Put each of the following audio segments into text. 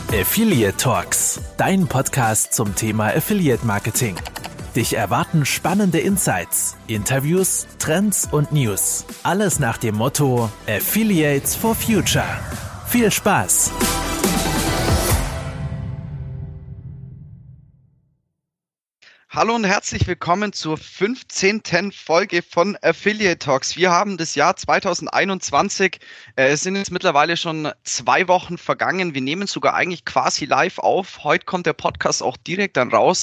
Affiliate Talks, dein Podcast zum Thema Affiliate Marketing. Dich erwarten spannende Insights, Interviews, Trends und News. Alles nach dem Motto Affiliates for Future. Viel Spaß! Hallo und herzlich willkommen zur 15. Folge von Affiliate Talks. Wir haben das Jahr 2021. Es sind jetzt mittlerweile schon 2 Wochen vergangen. Wir nehmen sogar eigentlich quasi live auf. Heute kommt der Podcast auch direkt dann raus.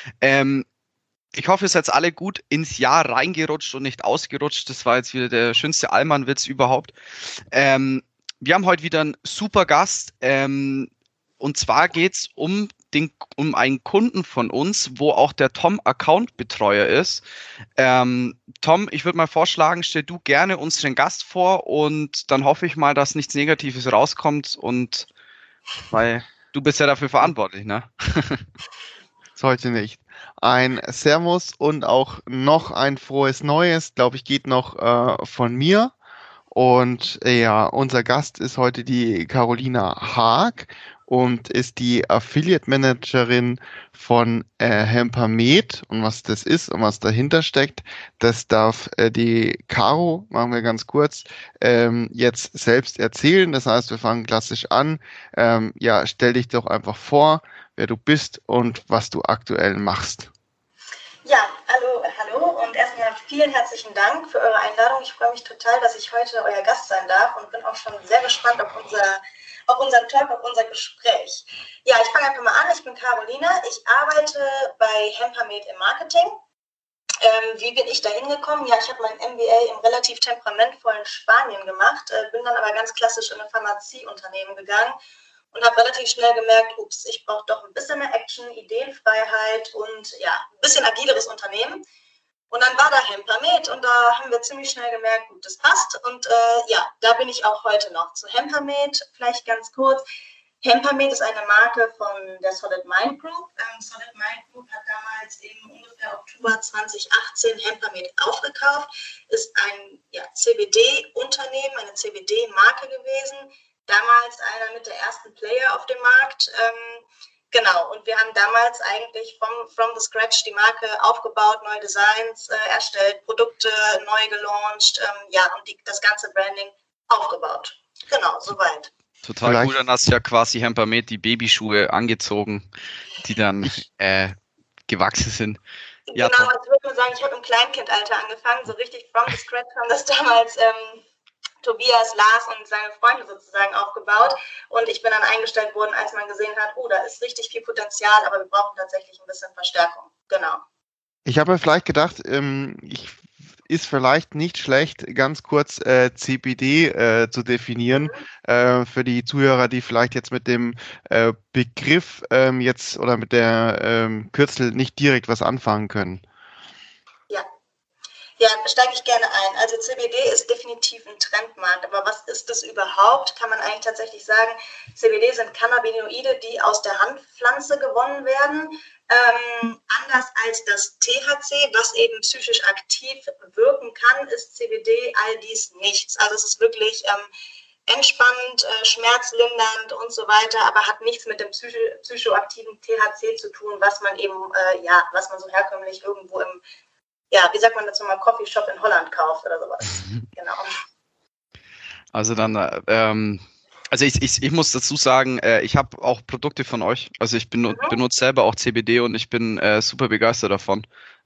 Ich hoffe, ihr seid alle gut ins Jahr reingerutscht und nicht ausgerutscht. Das war jetzt wieder der schönste Allmann-Witz überhaupt. Wir haben heute wieder einen super Gast. Und zwar geht es um einen Kunden von uns, wo auch der Tom Account-Betreuer ist. Tom, ich würde mal vorschlagen, stell du gerne unseren Gast vor und dann hoffe ich mal, dass nichts Negatives rauskommt und weil du bist ja dafür verantwortlich, ne? Heute nicht. Ein Servus und auch noch ein frohes Neues, glaube ich, geht noch von mir. Und ja, unser Gast ist heute die Carolina Haag und ist die Affiliate Managerin von Hempamed. Und was das ist und was dahinter steckt, das darf die Caro, machen wir ganz kurz, jetzt selbst erzählen. Das heißt, wir fangen klassisch an. Ja, stell dich doch einfach vor, wer du bist und was du aktuell machst. Ja, hallo und erstmal vielen herzlichen Dank für eure Einladung. Ich freue mich total, dass ich heute euer Gast sein darf und bin auch schon sehr gespannt auf unseren Talk, auf unser Gespräch. Ja, ich fange einfach mal an. Ich bin Carolina. Ich arbeite bei Hempamed im Marketing. Wie bin ich da hingekommen? Ja, ich habe mein MBA im relativ temperamentvollen Spanien gemacht, bin dann aber ganz klassisch in ein Pharmazieunternehmen gegangen und habe relativ schnell gemerkt, ich brauche doch ein bisschen mehr Action, Ideenfreiheit und ja, ein bisschen agileres Unternehmen. Und dann war da Hempamed und da haben wir ziemlich schnell gemerkt, gut, das passt. Und ja, da bin ich auch heute noch. Zu Hempamed vielleicht ganz kurz. Hempamed ist eine Marke von der Solid Mind Group. Solid Mind Group hat damals im ungefähr Oktober 2018 Hempamed aufgekauft. Ist ein CBD-Unternehmen, eine CBD-Marke gewesen. Damals einer mit der ersten Player auf dem Markt. Genau, und wir haben damals eigentlich from the scratch die Marke aufgebaut, neue Designs erstellt, Produkte neu gelauncht, und das ganze Branding aufgebaut. Genau, soweit. Total cool, dann hast du ja quasi Hempamed die Babyschuhe angezogen, die dann gewachsen sind. Ja, genau, also ich würde mal sagen, ich habe im Kleinkindalter angefangen, so richtig from the scratch haben das damals Tobias, Lars und seine Freunde sozusagen aufgebaut und ich bin dann eingestellt worden, als man gesehen hat, da ist richtig viel Potenzial, aber wir brauchen tatsächlich ein bisschen Verstärkung. Genau. Ich habe mir vielleicht gedacht, ist vielleicht nicht schlecht, ganz kurz CBD zu definieren für die Zuhörer, die vielleicht jetzt mit dem Begriff jetzt oder mit der Kürzel nicht direkt was anfangen können. Ja, steige ich gerne ein. Also CBD ist definitiv ein Trendmarkt, aber was ist das überhaupt? Kann man eigentlich tatsächlich sagen, CBD sind Cannabinoide, die aus der Hanfpflanze gewonnen werden. Anders als das THC, was eben psychisch aktiv wirken kann, ist CBD all dies nichts. Also es ist wirklich entspannend, schmerzlindernd und so weiter, aber hat nichts mit dem psychoaktiven THC zu tun, was man eben, was man so herkömmlich irgendwo im wie sagt man dazu mal, Coffeeshop in Holland kauft oder sowas. Genau. Also dann, also ich muss dazu sagen, ich habe auch Produkte von euch. Also ich benutze selber auch CBD und ich bin super begeistert davon.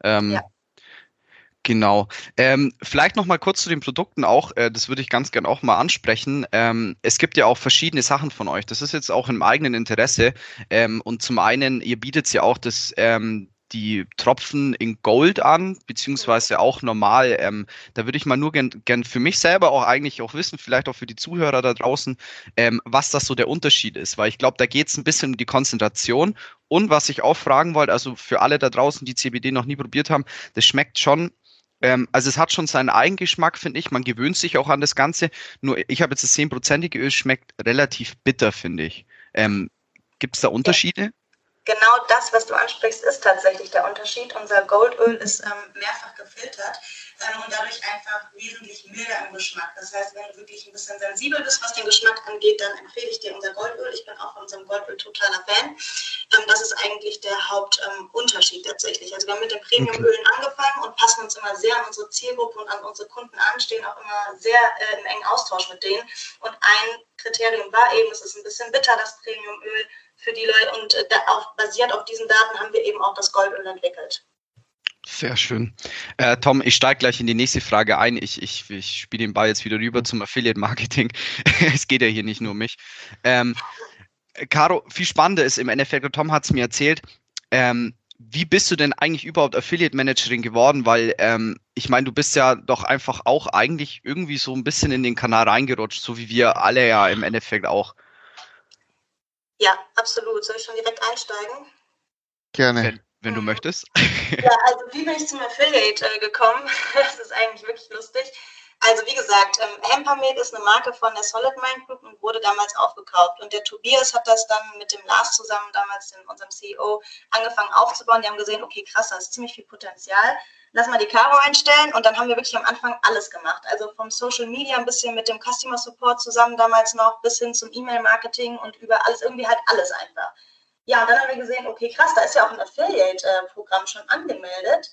Genau. Vielleicht noch mal kurz zu den Produkten auch, das würde ich ganz gern auch mal ansprechen. Es gibt ja auch verschiedene Sachen von euch. Das ist jetzt auch im eigenen Interesse. Und zum einen, ihr bietet ja auch die Tropfen in Gold an, beziehungsweise auch normal. Da würde ich mal nur gern für mich selber auch eigentlich auch wissen, vielleicht auch für die Zuhörer da draußen, was das so der Unterschied ist, weil ich glaube, da geht es ein bisschen um die Konzentration und was ich auch fragen wollte, also für alle da draußen, die CBD noch nie probiert haben, das schmeckt schon, also es hat schon seinen Eigengeschmack, finde ich, man gewöhnt sich auch an das Ganze, nur ich habe jetzt das 10%ige Öl, schmeckt relativ bitter, finde ich. Gibt es da Unterschiede? Genau das, was du ansprichst, ist tatsächlich der Unterschied. Unser Goldöl ist mehrfach gefiltert. und dadurch einfach wesentlich milder im Geschmack. Das heißt, wenn du wirklich ein bisschen sensibel bist, was den Geschmack angeht, dann empfehle ich dir unser Goldöl. Ich bin auch von unserem Goldöl totaler Fan. Das ist eigentlich der Hauptunterschied tatsächlich. Also wir haben mit den Premiumölen angefangen und passen uns immer sehr an unsere Zielgruppe und an unsere Kunden an, stehen auch immer sehr im engen Austausch mit denen. Und ein Kriterium war eben, es ist ein bisschen bitter, das Premiumöl für die Leute. Und basierend auf diesen Daten haben wir eben auch das Goldöl entwickelt. Sehr schön. Tom, ich steige gleich in die nächste Frage ein. Ich spiele den Ball jetzt wieder rüber zum Affiliate-Marketing. Es geht ja hier nicht nur um mich. Caro, viel spannender ist im Endeffekt, und Tom hat es mir erzählt, wie bist du denn eigentlich überhaupt Affiliate-Managerin geworden? Weil ich meine, du bist ja doch einfach auch eigentlich irgendwie so ein bisschen in den Kanal reingerutscht, so wie wir alle ja im Endeffekt auch. Ja, absolut. Soll ich schon direkt einsteigen? Gerne. Wenn du möchtest. Ja, also wie bin ich zum Affiliate gekommen? Das ist eigentlich wirklich lustig. Also wie gesagt, Hempermed ist eine Marke von der Solid Mind Group und wurde damals aufgekauft. Und der Tobias hat das dann mit dem Lars zusammen, damals unserem CEO, angefangen aufzubauen. Die haben gesehen, okay, krass, da ist ziemlich viel Potenzial. Lass mal die Caro einstellen. Und dann haben wir wirklich am Anfang alles gemacht. Also vom Social Media ein bisschen mit dem Customer Support zusammen damals noch, bis hin zum E-Mail-Marketing und über alles, irgendwie halt alles einfach. Ja, und dann haben wir gesehen, okay, krass, da ist ja auch ein Affiliate-Programm schon angemeldet.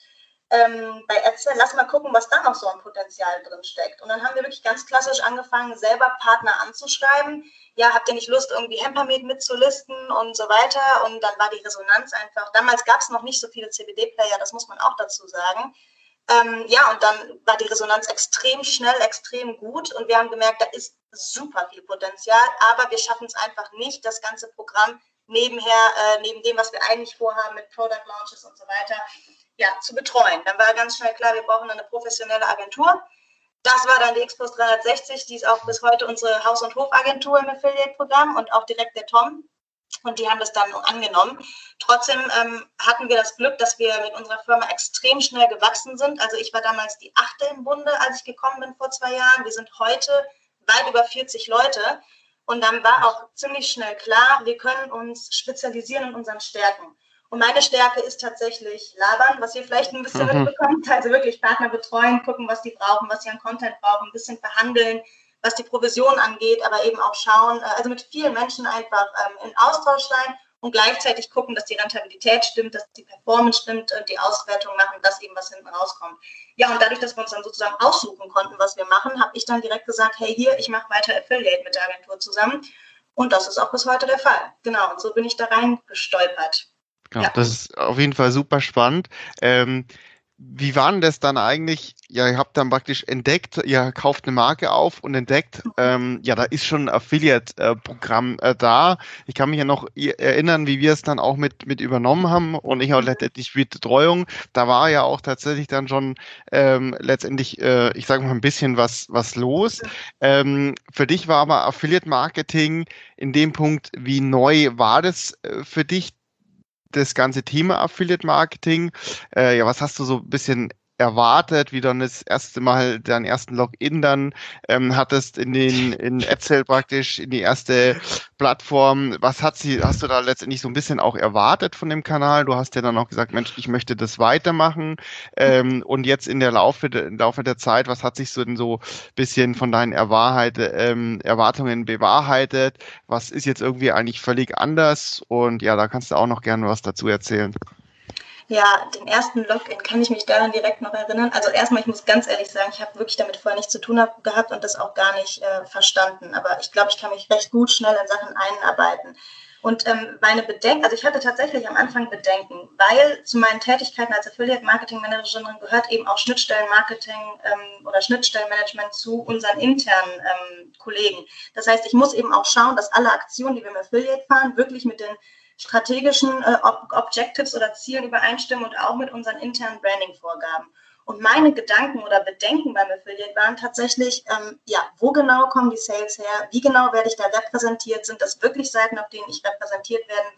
Bei AdSense, lass mal gucken, was da noch so ein Potenzial drin steckt. Und dann haben wir wirklich ganz klassisch angefangen, selber Partner anzuschreiben. Ja, habt ihr nicht Lust, irgendwie Hempermed mitzulisten und so weiter? Und dann war die Resonanz einfach, damals gab es noch nicht so viele CBD-Player, das muss man auch dazu sagen. Ja, und dann war die Resonanz extrem schnell, extrem gut. Und wir haben gemerkt, da ist super viel Potenzial, aber wir schaffen es einfach nicht, das ganze Programm nebenher, neben dem, was wir eigentlich vorhaben mit Product Launches und so weiter, ja, zu betreuen. Dann war ganz schnell klar, wir brauchen eine professionelle Agentur. Das war dann die Xpost 360, die ist auch bis heute unsere Haus- und Hofagentur im Affiliate-Programm und auch direkt der Tom. Und die haben das dann angenommen. Trotzdem hatten wir das Glück, dass wir mit unserer Firma extrem schnell gewachsen sind. Also ich war damals die 8. im Bunde, als ich gekommen bin vor 2 Jahren. Wir sind heute weit über 40 Leute. Und dann war auch ziemlich schnell klar, wir können uns spezialisieren in unseren Stärken. Und meine Stärke ist tatsächlich labern, was ihr vielleicht ein bisschen mitbekommt. Also wirklich Partner betreuen, gucken, was die brauchen, was sie an Content brauchen, ein bisschen verhandeln, was die Provision angeht, aber eben auch schauen, also mit vielen Menschen einfach in Austausch sein und gleichzeitig gucken, dass die Rentabilität stimmt, dass die Performance stimmt, die Auswertung machen, dass eben was hinten rauskommt. Ja, und dadurch, dass wir uns dann sozusagen aussuchen konnten, was wir machen, habe ich dann direkt gesagt, hey, hier, ich mache weiter Affiliate mit der Agentur zusammen. Und das ist auch bis heute der Fall. Genau, und so bin ich da reingestolpert. Ja, das ist auf jeden Fall super spannend. Wie war denn das dann eigentlich? Ja, ihr habt dann praktisch entdeckt, ihr kauft eine Marke auf und entdeckt, ja, da ist schon ein Affiliate-Programm da. Ich kann mich ja noch erinnern, wie wir es dann auch mit übernommen haben und ich auch letztendlich mit Betreuung. Da war ja auch tatsächlich dann schon letztendlich, ich sage mal, ein bisschen was los. Für dich war aber Affiliate-Marketing in dem Punkt, wie neu war das für dich? Das ganze Thema Affiliate Marketing. Ja, was hast du so ein bisschen erwartet, wie du dann das erste Mal deinen ersten Login dann hattest in AdSale praktisch, in die erste Plattform? hast du da letztendlich so ein bisschen auch erwartet von dem Kanal? Du hast ja dann auch gesagt, Mensch, ich möchte das weitermachen. Und jetzt im Laufe der Zeit, was hat sich so denn so ein bisschen von deinen Erwartungen bewahrheitet? Was ist jetzt irgendwie eigentlich völlig anders? Und ja, da kannst du auch noch gerne was dazu erzählen. Ja, den ersten Login kann ich mich daran direkt noch erinnern. Also erstmal, ich muss ganz ehrlich sagen, ich habe wirklich damit vorher nichts zu tun gehabt und das auch gar nicht verstanden. Aber ich glaube, ich kann mich recht gut schnell in Sachen einarbeiten. Und meine Bedenken, also ich hatte tatsächlich am Anfang Bedenken, weil zu meinen Tätigkeiten als Affiliate-Marketing-Managerin gehört eben auch Schnittstellenmarketing oder Schnittstellenmanagement zu unseren internen Kollegen. Das heißt, ich muss eben auch schauen, dass alle Aktionen, die wir im Affiliate fahren, wirklich mit den strategischen Objectives oder Zielen übereinstimmen und auch mit unseren internen Branding-Vorgaben. Und meine Gedanken oder Bedenken beim Affiliate waren tatsächlich, wo genau kommen die Sales her? Wie genau werde ich da repräsentiert? Sind das wirklich Seiten, auf denen ich repräsentiert werden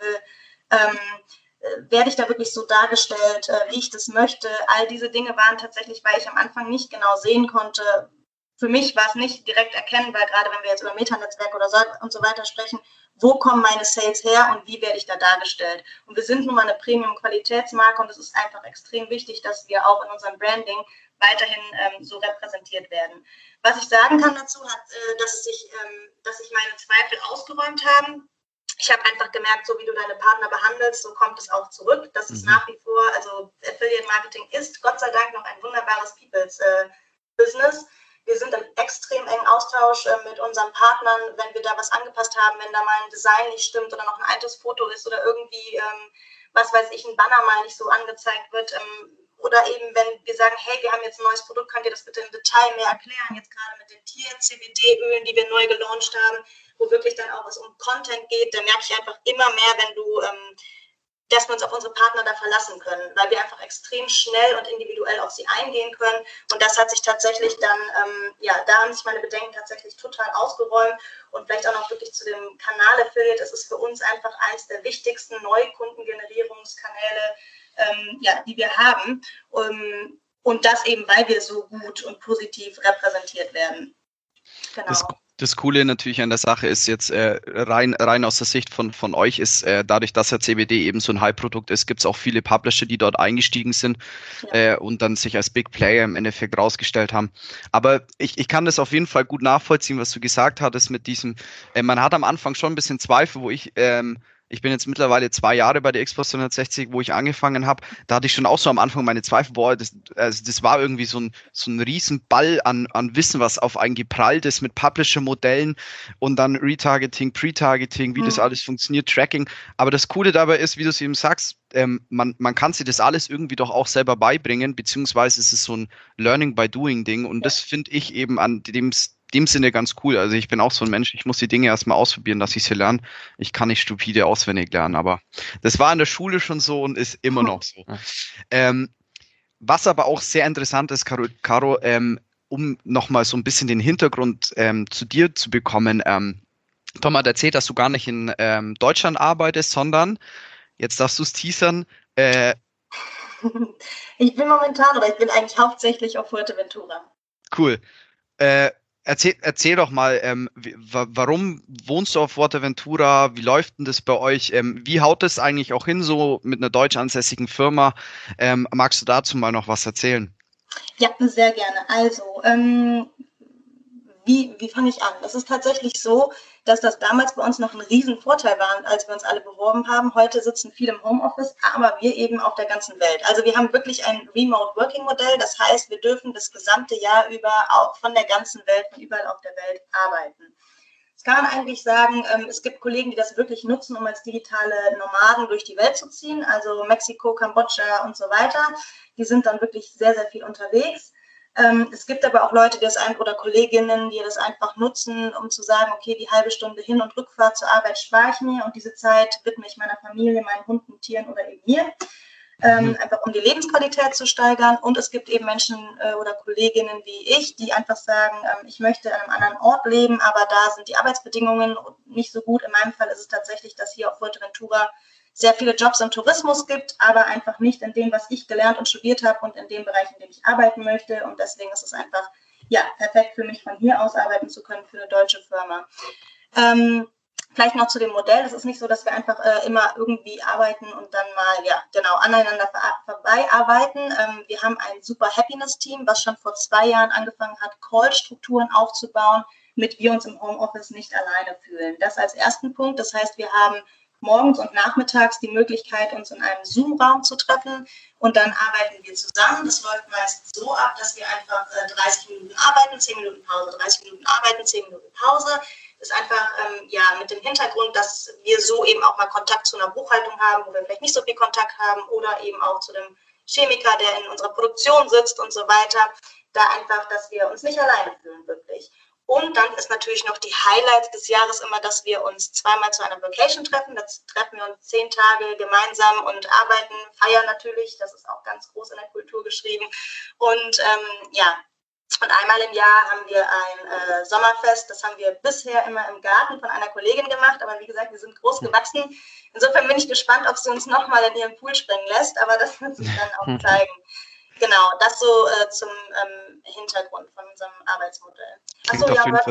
will? Werde ich da wirklich so dargestellt, wie ich das möchte? All diese Dinge waren tatsächlich, weil ich am Anfang nicht genau sehen konnte. Für mich war es nicht direkt erkennbar, gerade wenn wir jetzt über Metanetzwerk oder so und so weiter sprechen, wo kommen meine Sales her und wie werde ich da dargestellt? Und wir sind nun mal eine Premium-Qualitätsmarke und es ist einfach extrem wichtig, dass wir auch in unserem Branding weiterhin so repräsentiert werden. Was ich sagen kann dazu, dass sich meine Zweifel ausgeräumt haben. Ich habe einfach gemerkt, so wie du deine Partner behandelst, so kommt es auch zurück. Das ist nach wie vor, also Affiliate Marketing ist Gott sei Dank noch ein wunderbares People's Business. Wir sind im extrem engen Austausch mit unseren Partnern, wenn wir da was angepasst haben, wenn da mal ein Design nicht stimmt oder noch ein altes Foto ist oder irgendwie, was weiß ich, ein Banner mal nicht so angezeigt wird. Oder eben, wenn wir sagen, hey, wir haben jetzt ein neues Produkt, könnt ihr das bitte im Detail mehr erklären, jetzt gerade mit den Tier-CBD-Ölen, die wir neu gelauncht haben, wo wirklich dann auch was um Content geht, da merke ich einfach immer mehr, dass wir uns auf unsere Partner da verlassen können, weil wir einfach extrem schnell und individuell auf sie eingehen können. Und das hat sich tatsächlich dann, da haben sich meine Bedenken tatsächlich total ausgeräumt. Und vielleicht auch noch wirklich zu dem Kanal Affiliate. Es ist für uns einfach eins der wichtigsten Neukundengenerierungskanäle, die wir haben. Und das eben, weil wir so gut und positiv repräsentiert werden. Genau. Das Coole natürlich an der Sache ist jetzt rein aus der Sicht von euch ist, dadurch, dass ja CBD eben so ein Hype-Produkt ist, gibt es auch viele Publisher, die dort eingestiegen sind und dann sich als Big Player im Endeffekt rausgestellt haben. Aber ich kann das auf jeden Fall gut nachvollziehen, was du gesagt hattest mit diesem, man hat am Anfang schon ein bisschen Zweifel, wo ich bin jetzt mittlerweile 2 Jahre bei der Xbox 360, wo ich angefangen habe. Da hatte ich schon auch so am Anfang meine Zweifel, das war irgendwie so ein Riesenball an Wissen, was auf einen geprallt ist mit Publisher-Modellen und dann Retargeting, Pre-Targeting, wie das alles funktioniert, Tracking. Aber das Coole dabei ist, wie du es eben sagst, man kann sich das alles irgendwie doch auch selber beibringen, beziehungsweise es ist so ein Learning-by-Doing-Ding und das finde ich eben an dem Sinne ganz cool. Also ich bin auch so ein Mensch, ich muss die Dinge erstmal ausprobieren, dass ich sie lerne. Ich kann nicht stupide auswendig lernen, aber das war in der Schule schon so und ist immer noch so. Was aber auch sehr interessant ist, Caro, um nochmal so ein bisschen den Hintergrund zu dir zu bekommen. Tom hat erzählt, dass du gar nicht in Deutschland arbeitest, sondern, jetzt darfst du es teasern. Ich bin eigentlich hauptsächlich auf Fuerteventura. Cool. Erzähl doch mal, warum wohnst du auf Fuerteventura? Wie läuft denn das bei euch? Wie haut das eigentlich auch hin, so mit einer deutsch ansässigen Firma? Magst du dazu mal noch was erzählen? Ja, sehr gerne. Also, wie fange ich an? Es ist tatsächlich so, dass das damals bei uns noch ein Riesenvorteil war, als wir uns alle beworben haben. Heute sitzen viele im Homeoffice, aber wir eben auf der ganzen Welt. Also wir haben wirklich ein Remote-Working-Modell. Das heißt, wir dürfen das gesamte Jahr über auch von der ganzen Welt, von überall auf der Welt arbeiten. Das kann man eigentlich sagen, es gibt Kollegen, die das wirklich nutzen, um als digitale Nomaden durch die Welt zu ziehen. Also Mexiko, Kambodscha und so weiter. Die sind dann wirklich sehr, sehr viel unterwegs. Es gibt aber auch Leute, oder Kolleginnen, die das einfach nutzen, um zu sagen, okay, die halbe Stunde Hin- und Rückfahrt zur Arbeit spare ich mir und diese Zeit widme ich meiner Familie, meinen Hunden, Tieren oder eben mir, einfach um die Lebensqualität zu steigern. Und es gibt eben Menschen oder Kolleginnen wie ich, die einfach sagen, ich möchte an einem anderen Ort leben, aber da sind die Arbeitsbedingungen nicht so gut. In meinem Fall ist es tatsächlich, dass hier auf Fuerteventura sehr viele Jobs im Tourismus gibt, aber einfach nicht in dem, was ich gelernt und studiert habe und in dem Bereich, in dem ich arbeiten möchte. Und deswegen ist es einfach perfekt für mich, von hier aus arbeiten zu können für eine deutsche Firma. Vielleicht noch zu dem Modell. Es ist nicht so, dass wir einfach immer irgendwie arbeiten und dann mal aneinander vorbei arbeiten. Wir haben ein super Happiness-Team, was schon vor 2 Jahren angefangen hat, Call-Strukturen aufzubauen, damit wir uns im Homeoffice nicht alleine fühlen. Das als ersten Punkt. Das heißt, wir haben morgens und nachmittags die Möglichkeit, uns in einem Zoom-Raum zu treffen und dann arbeiten wir zusammen. Das läuft meist so ab, dass wir einfach 30 Minuten arbeiten, 10 Minuten Pause, 30 Minuten arbeiten, 10 Minuten Pause. Das ist einfach mit dem Hintergrund, dass wir so eben auch mal Kontakt zu einer Buchhaltung haben, wo wir vielleicht nicht so viel Kontakt haben oder eben auch zu dem Chemiker, der in unserer Produktion sitzt und so weiter. Da einfach, dass wir uns nicht alleine fühlen, wirklich. Und dann ist natürlich noch die Highlight des Jahres immer, dass wir uns zweimal zu einer Vacation treffen. Da treffen wir uns 10 Tage gemeinsam und arbeiten, feiern natürlich. Das ist auch ganz groß in der Kultur geschrieben. Und und einmal im Jahr haben wir ein Sommerfest. Das haben wir bisher immer im Garten von einer Kollegin gemacht. Aber wie gesagt, wir sind groß gewachsen. Insofern bin ich gespannt, ob sie uns nochmal in ihren Pool springen lässt. Aber das wird sich dann auch zeigen. Genau, das so zum Hintergrund von unserem Arbeitsmodell. Achso, ja, du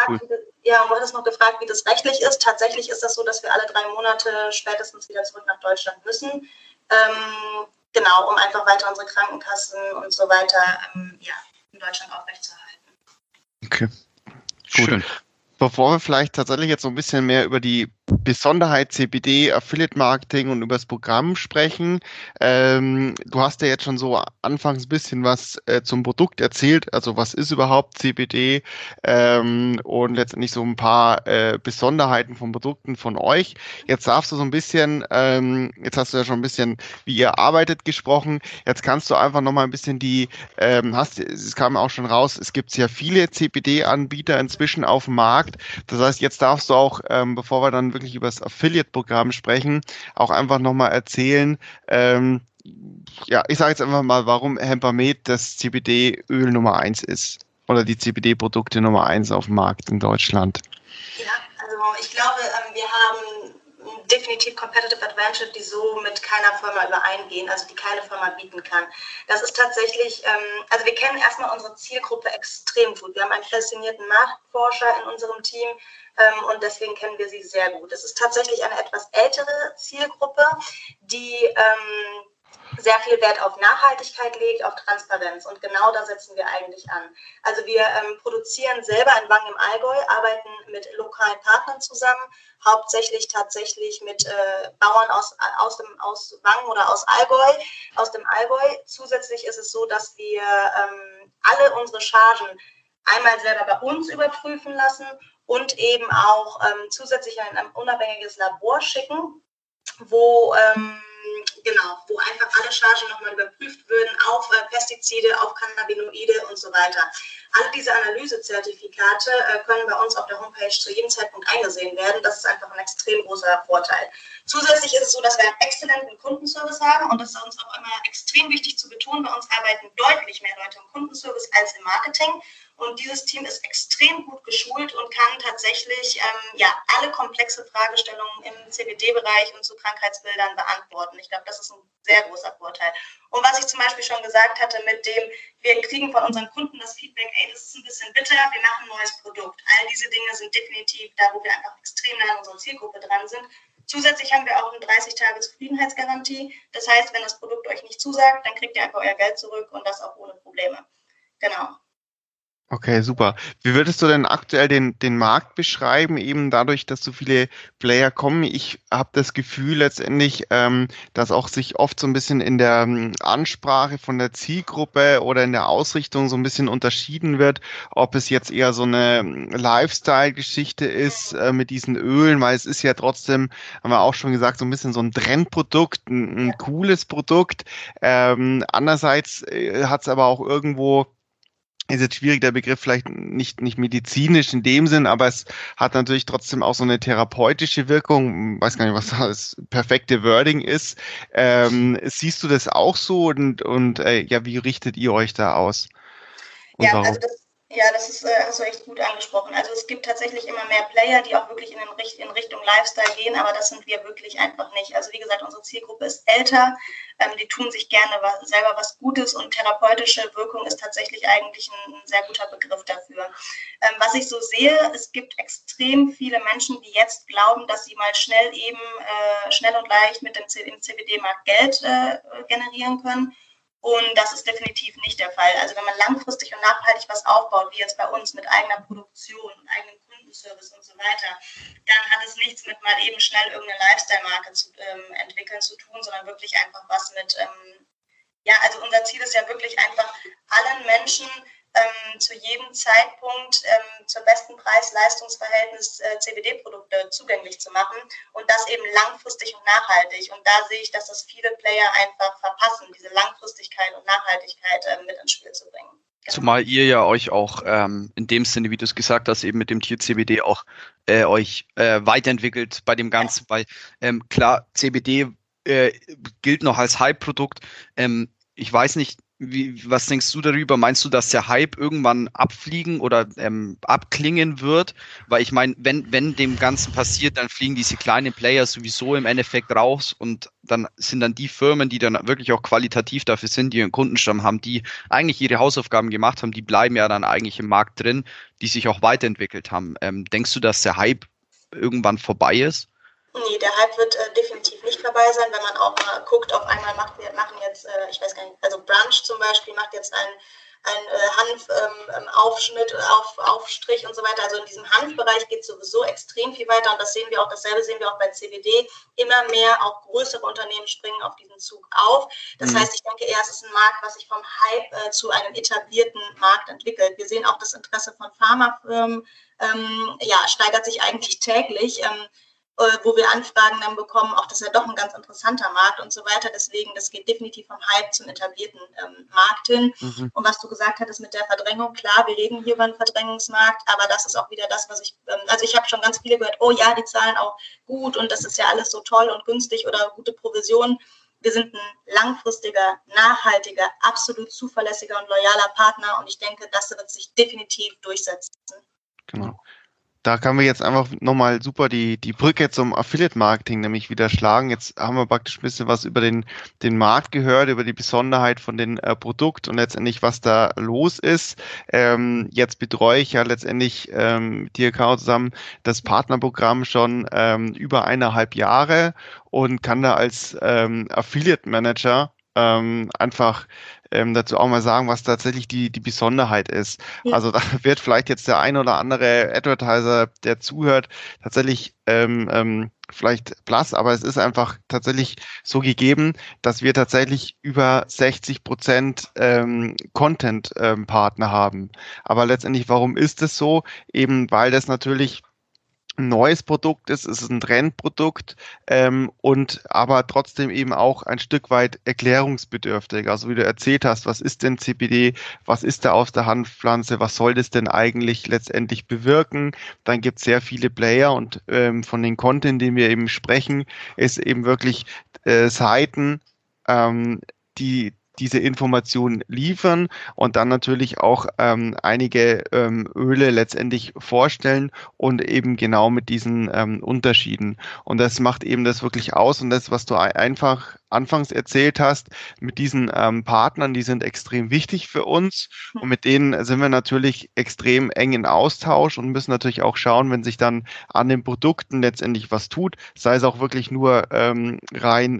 hattest noch gefragt, wie das rechtlich ist. Tatsächlich ist das so, dass wir alle 3 Monate spätestens wieder zurück nach Deutschland müssen. genau, um einfach weiter unsere Krankenkassen und so weiter in Deutschland aufrechtzuerhalten. Okay, gut. Schön. Bevor wir vielleicht tatsächlich jetzt so ein bisschen mehr über die Besonderheit CBD, Affiliate Marketing und über das Programm sprechen. Du hast ja jetzt schon so anfangs ein bisschen was zum Produkt erzählt, also was ist überhaupt CBD und letztendlich so ein paar Besonderheiten von Produkten von euch. Jetzt darfst du so ein bisschen, jetzt hast du ja schon ein bisschen, wie ihr arbeitet, gesprochen. Jetzt kannst du einfach nochmal ein bisschen es kam auch schon raus, es gibt sehr viele CBD-Anbieter inzwischen auf dem Markt. Das heißt, jetzt darfst du auch, bevor wir dann wirklich über das Affiliate-Programm sprechen, auch einfach nochmal erzählen, ich sage jetzt einfach mal, warum Hempamet das CBD-Öl Nummer 1 ist oder die CBD-Produkte Nummer 1 auf dem Markt in Deutschland. Ja, also ich glaube, wir haben definitiv Competitive Advantage, die so mit keiner Firma übereingehen, also die keine Firma bieten kann. Das ist tatsächlich, also wir kennen erstmal unsere Zielgruppe extrem gut. Wir haben einen passionierten Marktforscher in unserem Team und deswegen kennen wir sie sehr gut. Es ist tatsächlich eine etwas ältere Zielgruppe, die sehr viel Wert auf Nachhaltigkeit legt, auf Transparenz und genau da setzen wir eigentlich an. Also wir produzieren selber in Wangen im Allgäu, arbeiten mit lokalen Partnern zusammen, hauptsächlich tatsächlich mit Bauern aus Wangen oder aus dem Allgäu. Zusätzlich ist es so, dass wir alle unsere Chargen einmal selber bei uns überprüfen lassen und eben auch zusätzlich in ein unabhängiges Labor schicken, wo einfach alle Chargen nochmal überprüft würden auf Pestizide, auf Cannabinoide und so weiter. Alle diese Analysezertifikate können bei uns auf der Homepage zu jedem Zeitpunkt eingesehen werden. Das ist einfach ein extrem großer Vorteil. Zusätzlich ist es so, dass wir einen exzellenten Kundenservice haben und das ist uns auch immer extrem wichtig zu betonen. Bei uns arbeiten deutlich mehr Leute im Kundenservice als im Marketing. Und dieses Team ist extrem gut geschult und kann tatsächlich alle komplexe Fragestellungen im CBD-Bereich und zu Krankheitsbildern beantworten. Ich glaube, das ist ein sehr großer Vorteil. Und was ich zum Beispiel schon gesagt hatte, mit dem, wir kriegen von unseren Kunden das Feedback, das ist ein bisschen bitter, wir machen ein neues Produkt. All diese Dinge sind definitiv da, wo wir einfach extrem nah an unserer Zielgruppe dran sind. Zusätzlich haben wir auch eine 30-Tage-Zufriedenheitsgarantie. Das heißt, wenn das Produkt euch nicht zusagt, dann kriegt ihr einfach euer Geld zurück und das auch ohne Probleme. Genau. Okay, super. Wie würdest du denn aktuell den Markt beschreiben, eben dadurch, dass so viele Player kommen? Ich habe das Gefühl letztendlich, dass auch sich oft so ein bisschen in der Ansprache von der Zielgruppe oder in der Ausrichtung so ein bisschen unterschieden wird, ob es jetzt eher so eine Lifestyle-Geschichte ist mit diesen Ölen, weil es ist ja trotzdem, haben wir auch schon gesagt, so ein bisschen so ein Trendprodukt, ein cooles Produkt. Andererseits hat es aber auch irgendwo, ist jetzt schwierig, der Begriff vielleicht nicht medizinisch in dem Sinn, aber es hat natürlich trotzdem auch so eine therapeutische Wirkung. Ich weiß gar nicht, was das perfekte Wording ist. Siehst du das auch so und wie richtet ihr euch da aus? Und ja, warum? Das ist, hast du echt gut angesprochen. Also es gibt tatsächlich immer mehr Player, die auch wirklich in Richtung Lifestyle gehen, aber das sind wir wirklich einfach nicht. Also wie gesagt, unsere Zielgruppe ist älter, die tun sich gerne selber was Gutes und therapeutische Wirkung ist tatsächlich eigentlich ein sehr guter Begriff dafür. Was ich so sehe, es gibt extrem viele Menschen, die jetzt glauben, dass sie mal schnell und leicht mit dem CBD-Markt Geld generieren können. Und das ist definitiv nicht der Fall. Also wenn man langfristig und nachhaltig was aufbaut, wie jetzt bei uns mit eigener Produktion und eigenem Kundenservice und so weiter, dann hat es nichts mit mal eben schnell irgendeine Lifestyle-Marke zu entwickeln zu tun, sondern wirklich einfach was mit, also unser Ziel ist ja wirklich einfach allen Menschen zu jedem Zeitpunkt zur besten Preis-Leistungs-Verhältnis CBD-Produkte zugänglich zu machen und das eben langfristig und nachhaltig. Und da sehe ich, dass das viele Player einfach verpassen, diese Langfristigkeit und Nachhaltigkeit mit ins Spiel zu bringen. Genau. Zumal ihr ja euch auch in dem Sinne, wie du es gesagt hast, eben mit dem Tier CBD auch euch weiterentwickelt bei dem Ganzen, weil klar, CBD gilt noch als Hype-Produkt. Ich weiß nicht, was denkst du darüber? Meinst du, dass der Hype irgendwann abfliegen oder abklingen wird? Weil ich meine, wenn dem Ganzen passiert, dann fliegen diese kleinen Player sowieso im Endeffekt raus und dann sind dann die Firmen, die dann wirklich auch qualitativ dafür sind, die ihren Kundenstamm haben, die eigentlich ihre Hausaufgaben gemacht haben, die bleiben ja dann eigentlich im Markt drin, die sich auch weiterentwickelt haben. Denkst du, dass der Hype irgendwann vorbei ist? Nee, der Hype wird definitiv nicht vorbei sein, wenn man auch mal guckt, auf einmal machen jetzt, ich weiß gar nicht, also Brunch zum Beispiel macht jetzt ein Hanf-Aufschnitt, Aufstrich und so weiter. Also in diesem Hanfbereich geht sowieso extrem viel weiter und dasselbe sehen wir auch bei CBD. Immer mehr auch größere Unternehmen springen auf diesen Zug auf. Das heißt, ich denke eher, es ist ein Markt, was sich vom Hype zu einem etablierten Markt entwickelt. Wir sehen auch das Interesse von Pharmafirmen, steigert sich eigentlich täglich. Wo wir Anfragen dann bekommen, auch das ist ja doch ein ganz interessanter Markt und so weiter. Deswegen, das geht definitiv vom Hype zum etablierten Markt hin. Und was du gesagt hattest mit der Verdrängung, klar, wir reden hier über einen Verdrängungsmarkt, aber das ist auch wieder das, was ich habe schon ganz viele gehört, oh ja, die zahlen auch gut und das ist ja alles so toll und günstig oder gute Provisionen. Wir sind ein langfristiger, nachhaltiger, absolut zuverlässiger und loyaler Partner und ich denke, das wird sich definitiv durchsetzen. Genau. Da können wir jetzt einfach nochmal super die Brücke zum Affiliate-Marketing nämlich wieder schlagen. Jetzt haben wir praktisch ein bisschen was über den Markt gehört, über die Besonderheit von den Produkt und letztendlich, was da los ist. Jetzt betreue ich ja letztendlich mit dir, Caro, zusammen das Partnerprogramm schon über 1,5 Jahre und kann da als Affiliate-Manager einfach dazu auch mal sagen, was tatsächlich die Besonderheit ist. Ja. Also da wird vielleicht jetzt der ein oder andere Advertiser, der zuhört, tatsächlich vielleicht blass, aber es ist einfach tatsächlich so gegeben, dass wir tatsächlich über 60% Content-Partner haben. Aber letztendlich, warum ist es so? Eben, weil das natürlich ein neues Produkt ist, es ist ein Trendprodukt und aber trotzdem eben auch ein Stück weit erklärungsbedürftig. Also wie du erzählt hast, was ist denn CBD, was ist da aus der Hanfpflanze, was soll das denn eigentlich letztendlich bewirken? Dann gibt es sehr viele Player und von den Content, den wir eben sprechen, ist eben wirklich Seiten, die diese Informationen liefern und dann natürlich auch einige Öle letztendlich vorstellen und eben genau mit diesen Unterschieden. Und das macht eben das wirklich aus und das, was du einfach anfangs erzählt hast, mit diesen Partnern, die sind extrem wichtig für uns und mit denen sind wir natürlich extrem eng in Austausch und müssen natürlich auch schauen, wenn sich dann an den Produkten letztendlich was tut, sei es auch wirklich nur rein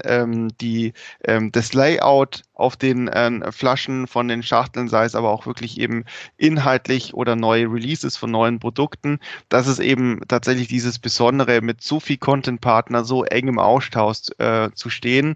das Layout auf den Flaschen von den Schachteln, sei es aber auch wirklich eben inhaltlich oder neue Releases von neuen Produkten. Das ist eben tatsächlich dieses Besondere, mit so viel Content-Partner so eng im Austausch zu stehen.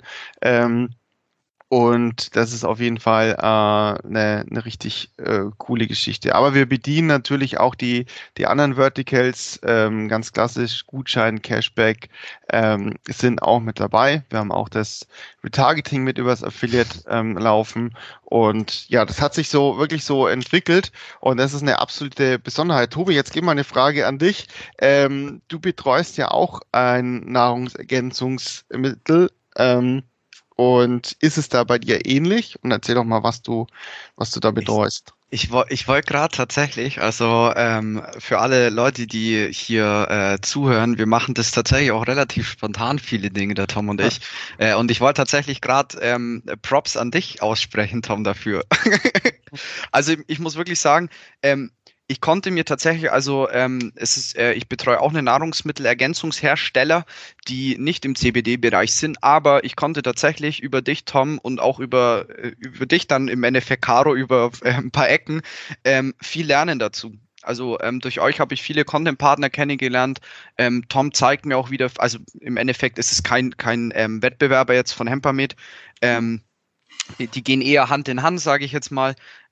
Und das ist auf jeden Fall eine richtig coole Geschichte. Aber wir bedienen natürlich auch die anderen Verticals, ganz klassisch, Gutschein, Cashback sind auch mit dabei. Wir haben auch das Retargeting mit übers Affiliate laufen. Und ja, das hat sich so wirklich so entwickelt und das ist eine absolute Besonderheit. Tobi, jetzt gebe mal eine Frage an dich. Du betreust ja auch ein Nahrungsergänzungsmittel. Und ist es da bei dir ähnlich? Und erzähl doch mal, was du da betreust. Ich wollte gerade tatsächlich, also für alle Leute, die hier zuhören, wir machen das tatsächlich auch relativ spontan, viele Dinge, der Tom und ich. Und ich wollte tatsächlich gerade Props an dich aussprechen, Tom, dafür. Also ich muss wirklich sagen, ich konnte mir tatsächlich, also ich betreue auch eine Nahrungsmittelergänzungshersteller, die nicht im CBD-Bereich sind, aber ich konnte tatsächlich über dich, Tom, und auch über dich dann im Endeffekt, Caro, über ein paar Ecken viel lernen dazu. Also durch euch habe ich viele Content-Partner kennengelernt. Tom zeigt mir auch wieder, also im Endeffekt ist es kein Wettbewerber jetzt von Hempermed. Die gehen eher Hand in Hand, sage ich jetzt mal.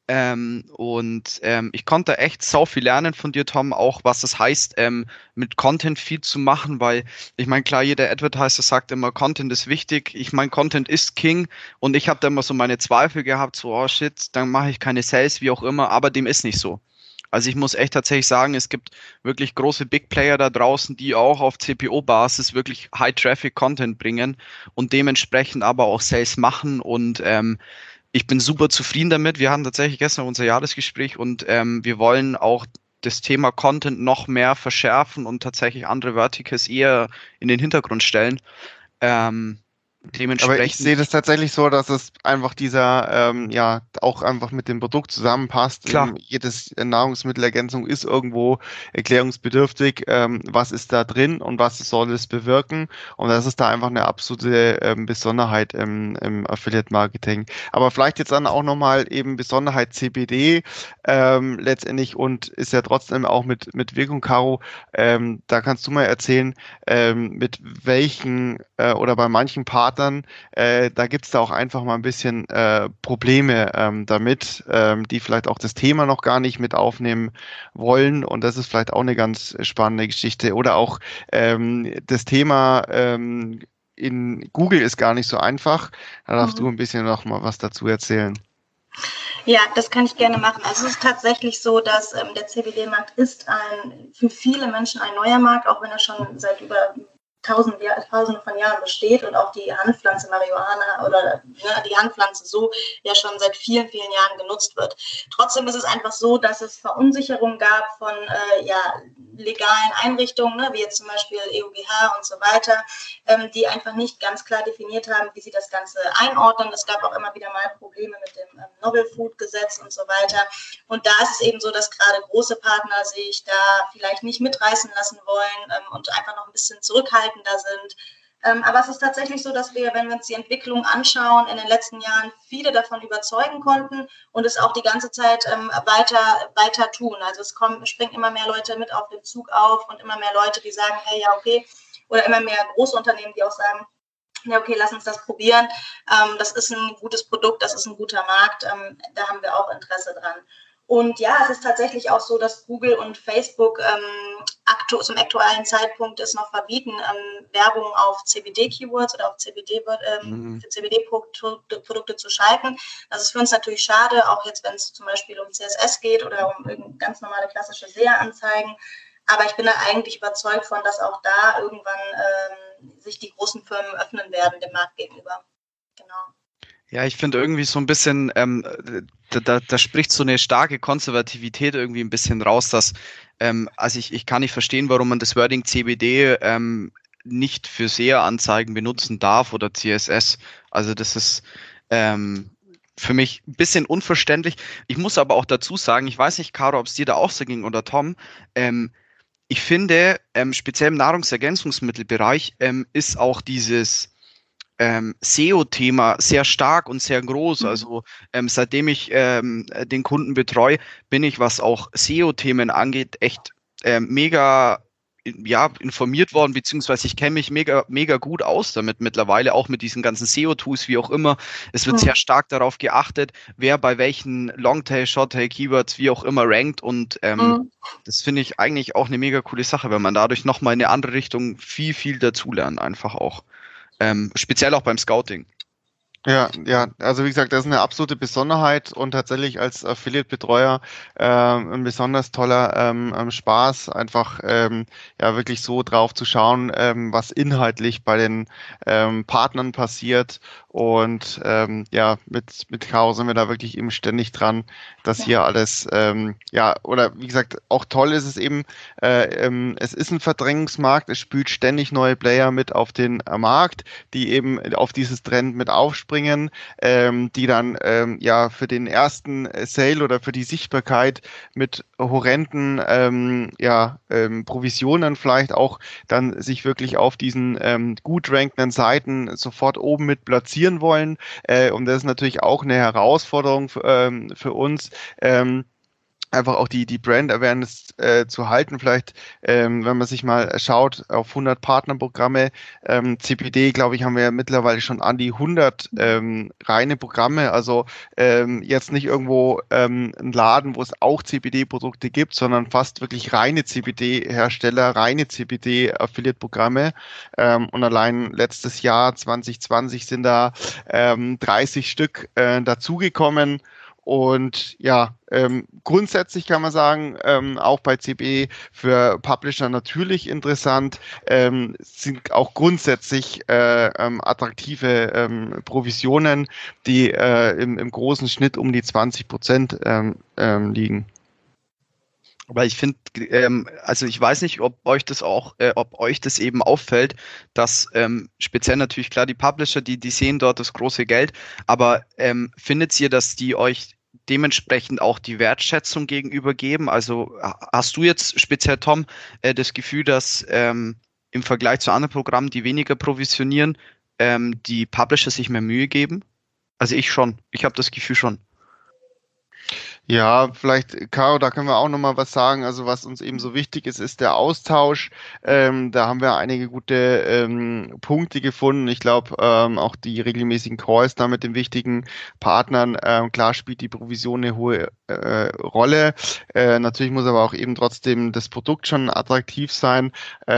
Ich konnte echt sau viel lernen von dir, Tom, auch was das heißt, mit Content viel zu machen, weil ich meine, klar, jeder Advertiser sagt immer, Content ist wichtig. Ich meine, Content ist King und ich habe da immer so meine Zweifel gehabt, so, oh shit, dann mache ich keine Sales, wie auch immer, aber dem ist nicht so. Also ich muss echt tatsächlich sagen, es gibt wirklich große Big Player da draußen, die auch auf CPO-Basis wirklich High-Traffic-Content bringen und dementsprechend aber auch Sales machen und ich bin super zufrieden damit. Wir hatten tatsächlich gestern unser Jahresgespräch und wir wollen auch das Thema Content noch mehr verschärfen und tatsächlich andere Verticals eher in den Hintergrund stellen. Aber ich sehe das tatsächlich so, dass es einfach dieser, auch einfach mit dem Produkt zusammenpasst. Klar. Jedes Nahrungsmittelergänzung ist irgendwo erklärungsbedürftig. Was ist da drin und was soll es bewirken? Und das ist da einfach eine absolute Besonderheit im Affiliate-Marketing. Aber vielleicht jetzt dann auch nochmal eben Besonderheit CBD letztendlich und ist ja trotzdem auch mit Wirkung, Caro. Da kannst du mal erzählen, mit welchen oder bei manchen Partnern, da gibt es da auch einfach mal ein bisschen Probleme damit, die vielleicht auch das Thema noch gar nicht mit aufnehmen wollen. Und das ist vielleicht auch eine ganz spannende Geschichte. Oder auch das Thema in Google ist gar nicht so einfach. Da darfst du ein bisschen noch mal was dazu erzählen. Ja, das kann ich gerne machen. Also es ist tatsächlich so, dass der CBD-Markt ist für viele Menschen ein neuer Markt, auch wenn er schon seit über Tausende von Jahren besteht und auch die Hanfpflanze Marihuana oder die Hanfpflanze so ja schon seit vielen, vielen Jahren genutzt wird. Trotzdem ist es einfach so, dass es Verunsicherung gab von legalen Einrichtungen, wie jetzt zum Beispiel EUGH und so weiter, die einfach nicht ganz klar definiert haben, wie sie das Ganze einordnen. Es gab auch immer wieder mal Probleme mit dem Novel Food Gesetz und so weiter. Und da ist es eben so, dass gerade große Partner sich da vielleicht nicht mitreißen lassen wollen und einfach noch ein bisschen zurückhaltender sind. Aber es ist tatsächlich so, dass wir, wenn wir uns die Entwicklung anschauen, in den letzten Jahren viele davon überzeugen konnten und es auch die ganze Zeit weiter tun. Also es springen immer mehr Leute mit auf den Zug auf und immer mehr Leute, die sagen, hey, ja, okay, oder immer mehr große Unternehmen, die auch sagen, ja, okay, lass uns das probieren. Das ist ein gutes Produkt, das ist ein guter Markt, da haben wir auch Interesse dran. Und ja, es ist tatsächlich auch so, dass Google und Facebook zum aktuellen Zeitpunkt es noch verbieten, Werbung auf CBD-Keywords oder auf CBD-Produkte zu schalten. Das ist für uns natürlich schade, auch jetzt, wenn es zum Beispiel um CSS geht oder um ganz normale klassische SEA-Anzeigen. Aber ich bin da eigentlich überzeugt von, dass auch da irgendwann sich die großen Firmen öffnen werden dem Markt gegenüber. Genau. Ja, ich finde irgendwie so ein bisschen, da spricht so eine starke Konservativität irgendwie ein bisschen raus, dass, also ich kann nicht verstehen, warum man das Wording CBD nicht für SEA-Anzeigen benutzen darf oder CSS. Also das ist für mich ein bisschen unverständlich. Ich muss aber auch dazu sagen, ich weiß nicht, Caro, ob es dir da auch so ging oder Tom, ich finde, speziell im Nahrungsergänzungsmittelbereich ist auch dieses SEO-Thema sehr stark und sehr groß. Also seitdem ich den Kunden betreue, bin ich, was auch SEO-Themen angeht, echt mega informiert worden, beziehungsweise ich kenne mich mega gut aus damit mittlerweile, auch mit diesen ganzen SEO-Tools, wie auch immer. Es wird sehr stark darauf geachtet, wer bei welchen Longtail, Shorttail, Keywords, wie auch immer rankt und das finde ich eigentlich auch eine mega coole Sache, weil man dadurch nochmal in eine andere Richtung viel dazulernt, einfach auch. Speziell auch beim Scouting. Ja, also wie gesagt, das ist eine absolute Besonderheit und tatsächlich als Affiliate-Betreuer ein besonders toller Spaß, einfach wirklich so drauf zu schauen, was inhaltlich bei den Partnern passiert und mit Caro sind wir da wirklich eben ständig dran, dass hier alles, oder wie gesagt, auch toll ist es eben, es ist ein Verdrängungsmarkt, es spült ständig neue Player mit auf den Markt, die eben auf dieses Trend mit aufspringen, die dann für den ersten Sale oder für die Sichtbarkeit mit horrenden Provisionen vielleicht auch dann sich wirklich auf diesen gut rankenden Seiten sofort oben mit platzieren wollen. Und das ist natürlich auch eine Herausforderung für uns. Einfach auch die Brand Awareness zu halten. Vielleicht, wenn man sich mal schaut auf 100 Partnerprogramme, CBD, glaube ich, haben wir ja mittlerweile schon an die 100 reine Programme. Also jetzt nicht irgendwo ein Laden, wo es auch CBD-Produkte gibt, sondern fast wirklich reine CBD-Hersteller, reine CBD-Affiliate-Programme. Und allein letztes Jahr, 2020, sind da 30 Stück dazugekommen. Und grundsätzlich kann man sagen, auch bei CBD für Publisher natürlich interessant, sind auch grundsätzlich attraktive Provisionen, die im großen Schnitt um die 20% liegen. Aber ich finde, also ich weiß nicht, ob euch das eben auffällt, dass speziell natürlich klar die Publisher, die sehen dort das große Geld, aber findet ihr, dass die euch dementsprechend auch die Wertschätzung gegenüber geben? Also hast du jetzt speziell, Tom, das Gefühl, dass im Vergleich zu anderen Programmen, die weniger provisionieren, die Publisher sich mehr Mühe geben? Also ich schon. Ich habe das Gefühl schon. Ja, vielleicht, Caro, da können wir auch nochmal was sagen. Also was uns eben so wichtig ist, ist der Austausch. Da haben wir einige gute Punkte gefunden. Ich glaube, auch die regelmäßigen Calls da mit den wichtigen Partnern. Klar spielt die Provision eine hohe Rolle. Natürlich muss aber auch eben trotzdem das Produkt schon attraktiv sein.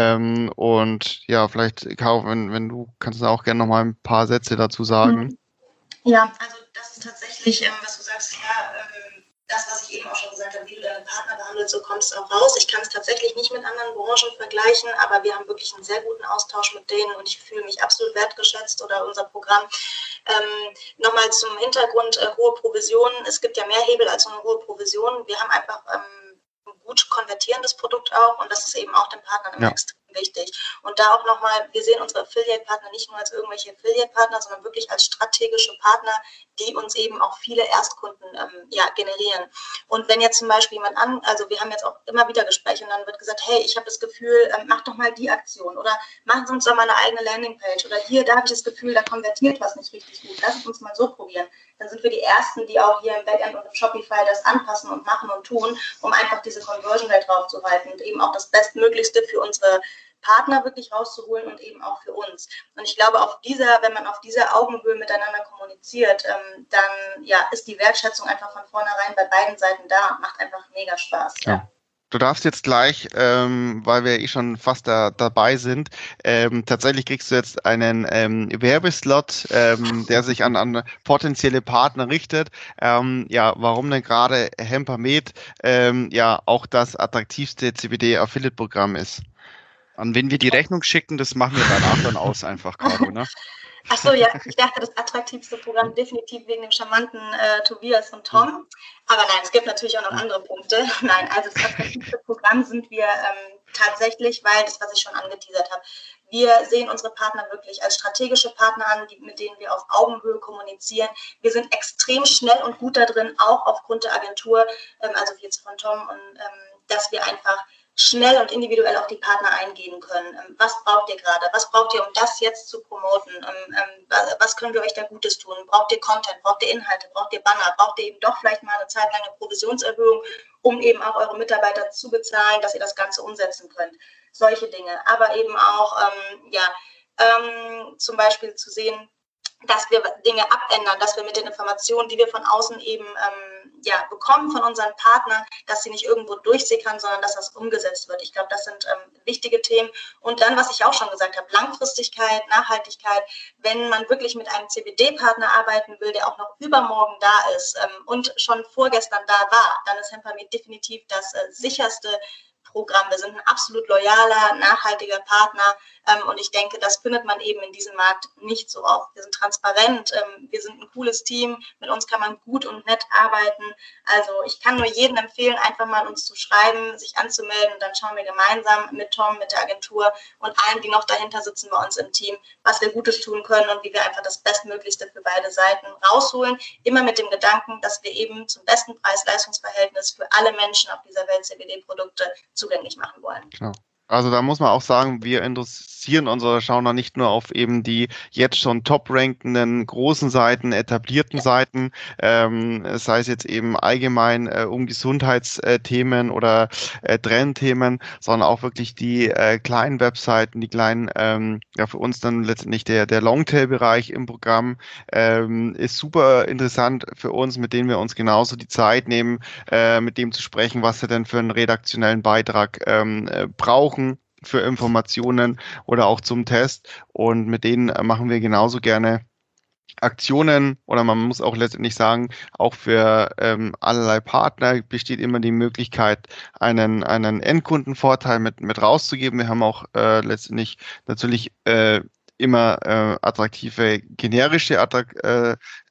Und ja, vielleicht, Caro, wenn du kannst du auch gerne nochmal ein paar Sätze dazu sagen. Ja, also das ist tatsächlich, was du sagst, ja, das, was ich eben auch schon gesagt habe, wie du deine Partner behandelst, so kommst du auch raus. Ich kann es tatsächlich nicht mit anderen Branchen vergleichen, aber wir haben wirklich einen sehr guten Austausch mit denen und ich fühle mich absolut wertgeschätzt oder unser Programm. Nochmal zum Hintergrund, hohe Provisionen. Es gibt ja mehr Hebel als eine hohe Provision. Wir haben einfach ein gut konvertierendes Produkt auch und das ist eben auch den Partnern immer extrem wichtig. Und da auch nochmal, wir sehen unsere Affiliate-Partner nicht nur als irgendwelche Affiliate-Partner, sondern wirklich als strategische Partner, die uns eben auch viele Erstkunden generieren. Und wenn jetzt zum Beispiel also wir haben jetzt auch immer wieder Gespräche und dann wird gesagt, hey, ich habe das Gefühl, mach doch mal die Aktion oder machen Sie uns doch mal eine eigene Landingpage oder hier, da habe ich das Gefühl, da konvertiert was nicht richtig gut. Lass uns mal so probieren. Dann sind wir die Ersten, die auch hier im Backend und im Shopify das anpassen und machen und tun, um einfach diese Conversion Rate draufzuhalten und eben auch das Bestmöglichste für unsere Partner wirklich rauszuholen und eben auch für uns. Und ich glaube, wenn man auf dieser Augenhöhe miteinander kommuniziert, dann ist die Wertschätzung einfach von vornherein bei beiden Seiten da. Macht einfach mega Spaß. Ja. Du darfst jetzt gleich, weil wir eh schon fast dabei sind, tatsächlich kriegst du jetzt einen Werbeslot, der sich an potenzielle Partner richtet. Warum denn gerade Hempermed auch das attraktivste CBD-Affiliate-Programm ist. An wen wir die Rechnung schicken, das machen wir danach dann aus, einfach, Caro, ne? Ach so, ja, ich dachte, das attraktivste Programm definitiv wegen dem charmanten Tobias und Tom. Aber nein, es gibt natürlich auch noch andere Punkte. Nein, also das attraktivste Programm sind wir tatsächlich, weil das, was ich schon angeteasert habe, wir sehen unsere Partner wirklich als strategische Partner an, mit denen wir auf Augenhöhe kommunizieren. Wir sind extrem schnell und gut da drin, auch aufgrund der Agentur, also wie jetzt von Tom, und dass wir einfach schnell und individuell auf die Partner eingehen können. Was braucht ihr gerade? Was braucht ihr, um das jetzt zu promoten? Was können wir euch da Gutes tun? Braucht ihr Content? Braucht ihr Inhalte? Braucht ihr Banner? Braucht ihr eben doch vielleicht mal eine Zeit lang eine Provisionserhöhung, um eben auch eure Mitarbeiter zu bezahlen, dass ihr das Ganze umsetzen könnt? Solche Dinge. Aber eben auch, zum Beispiel zu sehen, dass wir Dinge abändern, dass wir mit den Informationen, die wir von außen eben bekommen von unseren Partnern, dass sie nicht irgendwo durchsickern, sondern dass das umgesetzt wird. Ich glaube, das sind wichtige Themen. Und dann, was ich auch schon gesagt habe, Langfristigkeit, Nachhaltigkeit. Wenn man wirklich mit einem CBD-Partner arbeiten will, der auch noch übermorgen da ist und schon vorgestern da war, dann ist Hempermed definitiv das sicherste Programm. Wir sind ein absolut loyaler, nachhaltiger Partner und ich denke, das findet man eben in diesem Markt nicht so oft. Wir sind transparent, wir sind ein cooles Team, mit uns kann man gut und nett arbeiten. Also ich kann nur jedem empfehlen, einfach mal uns zu schreiben, sich anzumelden und dann schauen wir gemeinsam mit Tom, mit der Agentur und allen, die noch dahinter sitzen bei uns im Team, was wir Gutes tun können und wie wir einfach das Bestmöglichste für beide Seiten rausholen. Immer mit dem Gedanken, dass wir eben zum besten Preis-Leistungs-Verhältnis für alle Menschen auf dieser Welt CBD-Produkte zugänglich machen wollen. Genau. Also da muss man auch sagen, wir interessieren unsere Schauner nicht nur auf eben die jetzt schon top-rankenden großen Seiten, etablierten Seiten, sei es jetzt eben allgemein um Gesundheitsthemen oder Trendthemen, sondern auch wirklich die kleinen Webseiten, die kleinen, für uns dann letztendlich der Longtail-Bereich im Programm ist super interessant für uns, mit denen wir uns genauso die Zeit nehmen, mit dem zu sprechen, was sie denn für einen redaktionellen Beitrag brauchen für Informationen oder auch zum Test, und mit denen machen wir genauso gerne Aktionen, oder man muss auch letztendlich sagen, auch für allerlei Partner besteht immer die Möglichkeit, einen Endkundenvorteil mit rauszugeben. Wir haben auch letztendlich natürlich immer attraktive generische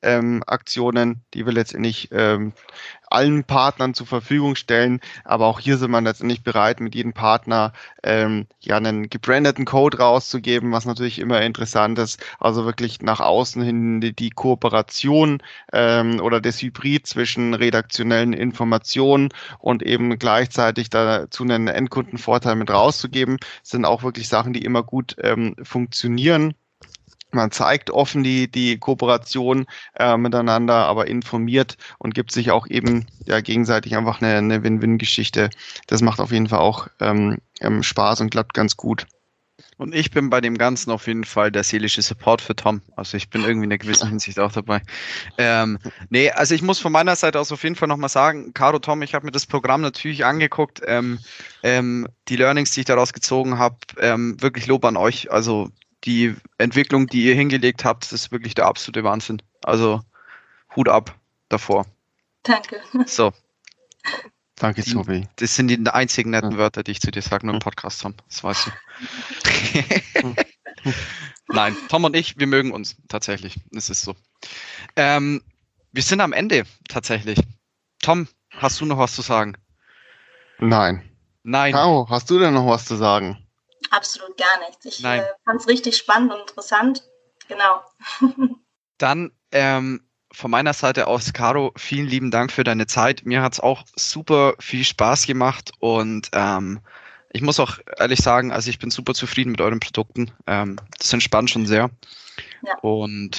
Aktionen, die wir letztendlich allen Partnern zur Verfügung stellen. Aber auch hier sind wir letztendlich bereit, mit jedem Partner einen gebrandeten Code rauszugeben, was natürlich immer interessant ist. Also wirklich nach außen hin die Kooperation oder das Hybrid zwischen redaktionellen Informationen und eben gleichzeitig dazu einen Endkundenvorteil mit rauszugeben, sind auch wirklich Sachen, die immer gut funktionieren. Man zeigt offen die Kooperation miteinander, aber informiert und gibt sich auch eben gegenseitig einfach eine Win-Win-Geschichte. Das macht auf jeden Fall auch Spaß und klappt ganz gut. Und ich bin bei dem Ganzen auf jeden Fall der seelische Support für Tom. Also ich bin irgendwie in einer gewissen Hinsicht auch dabei. Also ich muss von meiner Seite aus auf jeden Fall nochmal sagen, Caro, Tom, ich habe mir das Programm natürlich angeguckt. Die Learnings, die ich daraus gezogen habe, wirklich Lob an euch. Also die Entwicklung, die ihr hingelegt habt, das ist wirklich der absolute Wahnsinn. Also Hut ab davor. Danke. So. Danke, Tobi. Das sind die einzigen netten Wörter, die ich zu dir sage, nur im Podcast, Tom. Das weißt du. Nein, Tom und ich, wir mögen uns tatsächlich. Es ist so. Wir sind am Ende tatsächlich. Tom, hast du noch was zu sagen? Nein. Caro, hast du denn noch was zu sagen? Absolut gar nichts. Ich fand es richtig spannend und interessant. Genau. Dann von meiner Seite aus, Caro, vielen lieben Dank für deine Zeit. Mir hat es auch super viel Spaß gemacht und ich muss auch ehrlich sagen, also ich bin super zufrieden mit euren Produkten. Das entspannt schon sehr. Ja. Und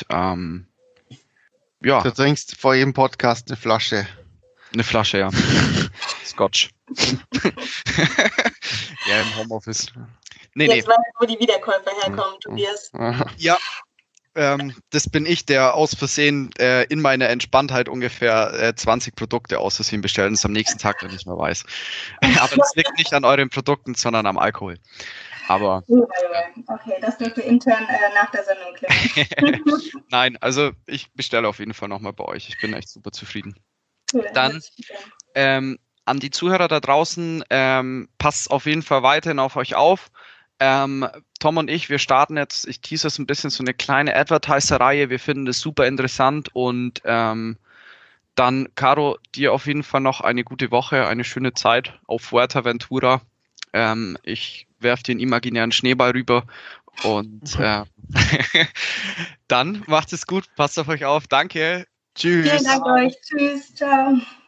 Du trinkst vor jedem Podcast eine Flasche. Eine Flasche, ja. Scotch. Ja, im Homeoffice. Jetzt weiß ich, wo die Wiederkäufer herkommen, Tobias. Ja, das bin ich, der aus Versehen in meiner Entspanntheit ungefähr 20 Produkte aus Versehen bestellt und es am nächsten Tag dann nicht mehr weiß. Aber das liegt nicht an euren Produkten, sondern am Alkohol. Aber okay, das dürfte intern nach der Sendung klären. Nein, also ich bestelle auf jeden Fall nochmal bei euch. Ich bin echt super zufrieden. Cool, dann an die Zuhörer da draußen, passt auf jeden Fall weiterhin auf euch auf. Tom und ich, wir starten jetzt, ich tease es ein bisschen, so eine kleine Advertiser-Reihe. Wir finden das super interessant und dann, Caro, dir auf jeden Fall noch eine gute Woche, eine schöne Zeit auf Fuerteventura. Ich werfe dir einen imaginären Schneeball rüber und dann macht es gut, passt auf euch auf. Danke. Tschüss. Vielen Dank euch. Tschüss. Ciao.